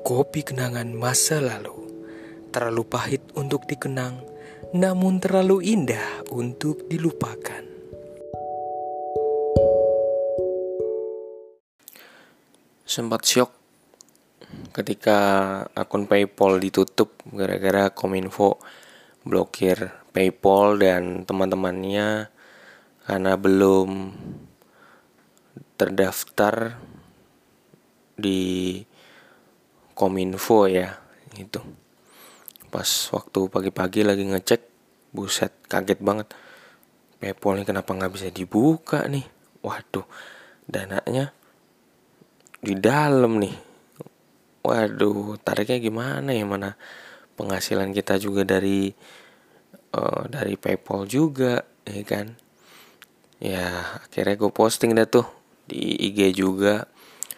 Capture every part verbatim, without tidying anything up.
Kopi kenangan masa lalu, terlalu pahit untuk dikenang, namun terlalu indah untuk dilupakan. Sempat syok ketika akun PayPal ditutup gara-gara Kominfo blokir PayPal dan teman-temannya karena belum terdaftar di Kominfo ya gitu. Pas waktu pagi-pagi lagi ngecek, buset kaget banget. PayPal ini kenapa nggak bisa dibuka nih? Waduh, dananya di dalam nih. Waduh, tariknya gimana ya, mana penghasilan kita juga dari uh, dari PayPal juga, ya kan? Ya akhirnya gue posting dah tuh di I G juga,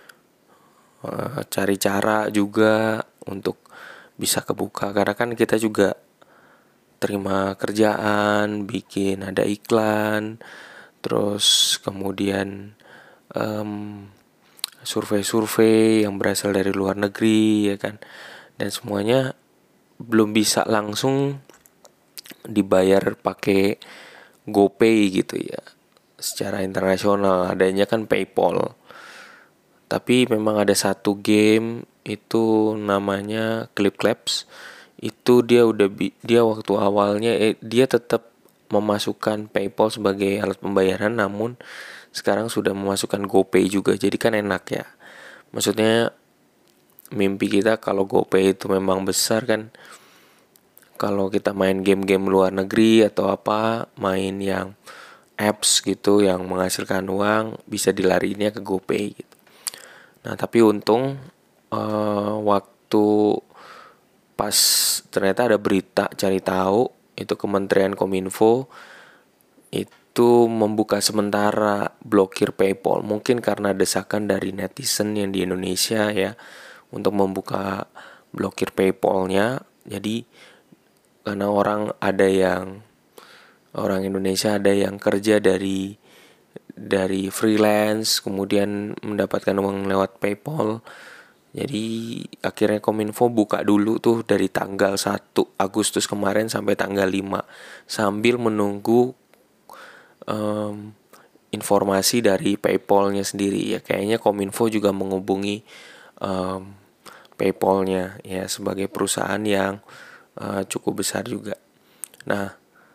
uh, cari cara juga untuk bisa kebuka, karena kan kita juga terima kerjaan, bikin ada iklan, terus kemudian um, survei-survei yang berasal dari luar negeri, ya kan, dan semuanya belum bisa langsung dibayar pakai GoPay gitu ya, secara internasional. Adanya kan PayPal. Tapi memang ada satu game itu namanya Clip Claps. Itu dia udah bi- dia waktu awalnya eh, dia tetap memasukkan PayPal sebagai alat pembayaran, namun sekarang sudah memasukkan GoPay juga. Jadi kan enak ya. Maksudnya mimpi kita kalau GoPay itu memang besar kan. Kalau kita main game-game luar negeri atau apa, main yang apps gitu yang menghasilkan uang, bisa dilariinnya ke GoPay gitu. Nah tapi untung uh, waktu pas ternyata ada berita cari tahu, itu Kementerian Kominfo itu membuka sementara blokir PayPal. Mungkin karena desakan dari netizen yang di Indonesia ya, untuk membuka blokir PayPal-nya. Jadi karena orang ada yang orang Indonesia ada yang kerja dari dari freelance, kemudian mendapatkan uang lewat PayPal. Jadi akhirnya Kominfo buka dulu tuh dari tanggal satu Agustus kemarin sampai tanggal lima, sambil menunggu um, informasi dari PayPal-nya sendiri ya. Kayaknya Kominfo juga menghubungi um, PayPal-nya ya, sebagai perusahaan yang uh, cukup besar juga. Nah,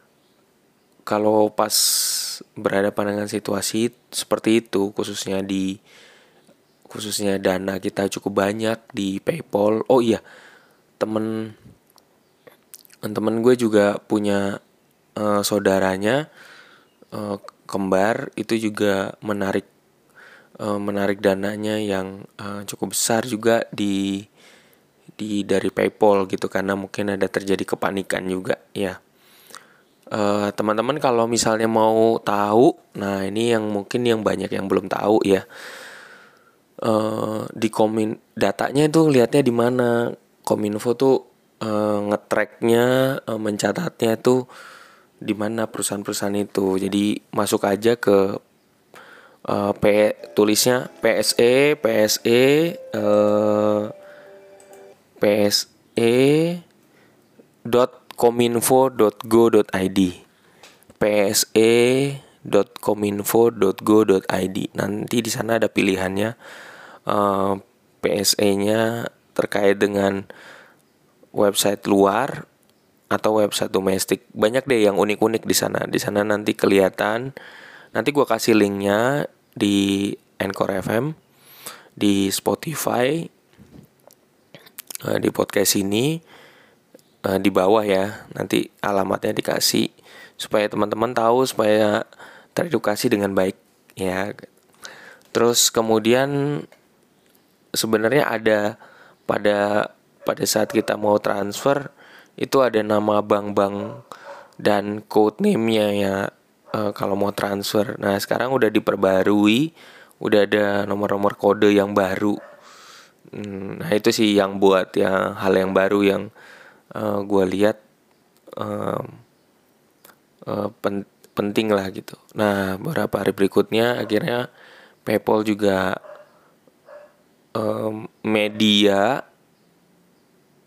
kalau pas berhadapan dengan situasi seperti itu, khususnya di khususnya dana kita cukup banyak di PayPal. Oh iya, temen temen gue juga punya uh, saudaranya uh, kembar, itu juga menarik uh, menarik dananya yang uh, cukup besar juga di di dari PayPal gitu, karena mungkin ada terjadi kepanikan juga ya. Uh, teman-teman kalau misalnya mau tahu, nah ini yang mungkin yang banyak yang belum tahu ya. Uh, di komin datanya itu lihatnya di mana. Kominfo tuh uh, nge-tracknya, uh, mencatatnya tuh di mana perusahaan-perusahaan itu. Jadi masuk aja ke uh, P tulisnya P S E P S E uh, P S E dot kominfo dot go dot i d p s e dot kominfo dot go dot i d. Nanti di sana ada pilihannya, uh, P S E-nya terkait dengan website luar atau website domestik. Banyak deh yang unik-unik di sana. Di sana nanti kelihatan. Nanti gue kasih linknya di Anchor F M, di Spotify, uh, di podcast ini. Uh, di bawah ya, nanti alamatnya dikasih supaya teman-teman tahu, supaya teredukasi dengan baik ya. Terus kemudian sebenarnya ada pada pada saat kita mau transfer itu ada nama bank-bank dan code name-nya ya, uh, kalau mau transfer. Nah sekarang udah diperbarui, udah ada nomor-nomor kode yang baru. Hmm, nah itu sih yang buat yang hal yang baru yang Uh, gue lihat uh, uh, pen- penting lah gitu. Nah beberapa hari berikutnya akhirnya PayPal juga um, media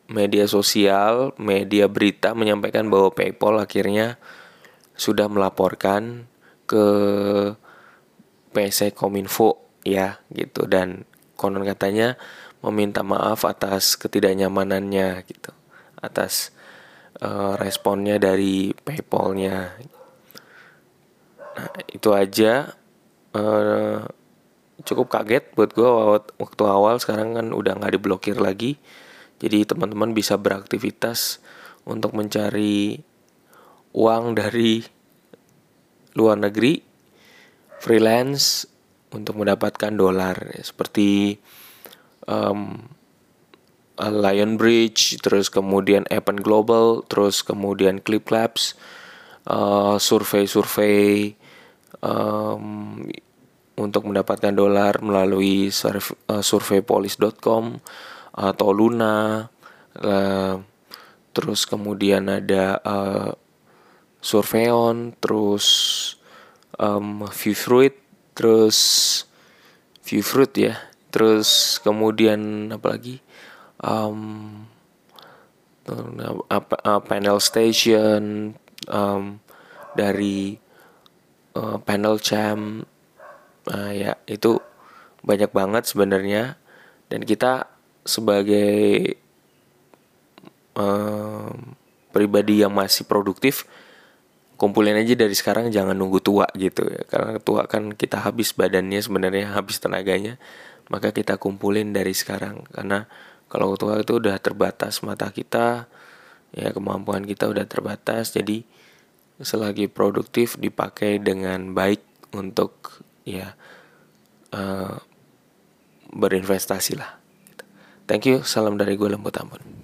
media sosial, media berita menyampaikan bahwa PayPal akhirnya sudah melaporkan ke P C Kominfo ya gitu, dan konon katanya meminta maaf atas ketidaknyamanannya gitu, atas uh, responnya dari PayPal-nya. Nah, itu aja. Uh, cukup kaget buat gue waktu awal. Sekarang kan udah nggak diblokir lagi, jadi teman-teman bisa beraktivitas untuk mencari uang dari luar negeri, freelance untuk mendapatkan dolar, seperti um, Lion Bridge, terus kemudian Appen Global, terus kemudian Clip Labs, uh, survei-survei um, untuk mendapatkan dolar melalui survei, uh, surveipolis dot com atau Luna. Uh, terus kemudian ada uh, Surveon, terus um, Viewfruit, terus Viewfruit ya, terus kemudian apa lagi? Um, apa, uh, Panel Station, um, dari uh, Panel Jam, uh, ya itu banyak banget sebenarnya. Dan kita sebagai um, pribadi yang masih produktif, kumpulin aja dari sekarang, jangan nunggu tua gitu ya, karena tua kan kita habis badannya sebenarnya, habis tenaganya. Maka kita kumpulin dari sekarang, karena kalau tua itu udah terbatas mata kita, ya kemampuan kita udah terbatas. Jadi selagi produktif dipakai dengan baik untuk ya uh, berinvestasi lah. Thank you, salam dari gue Lembut Ambon.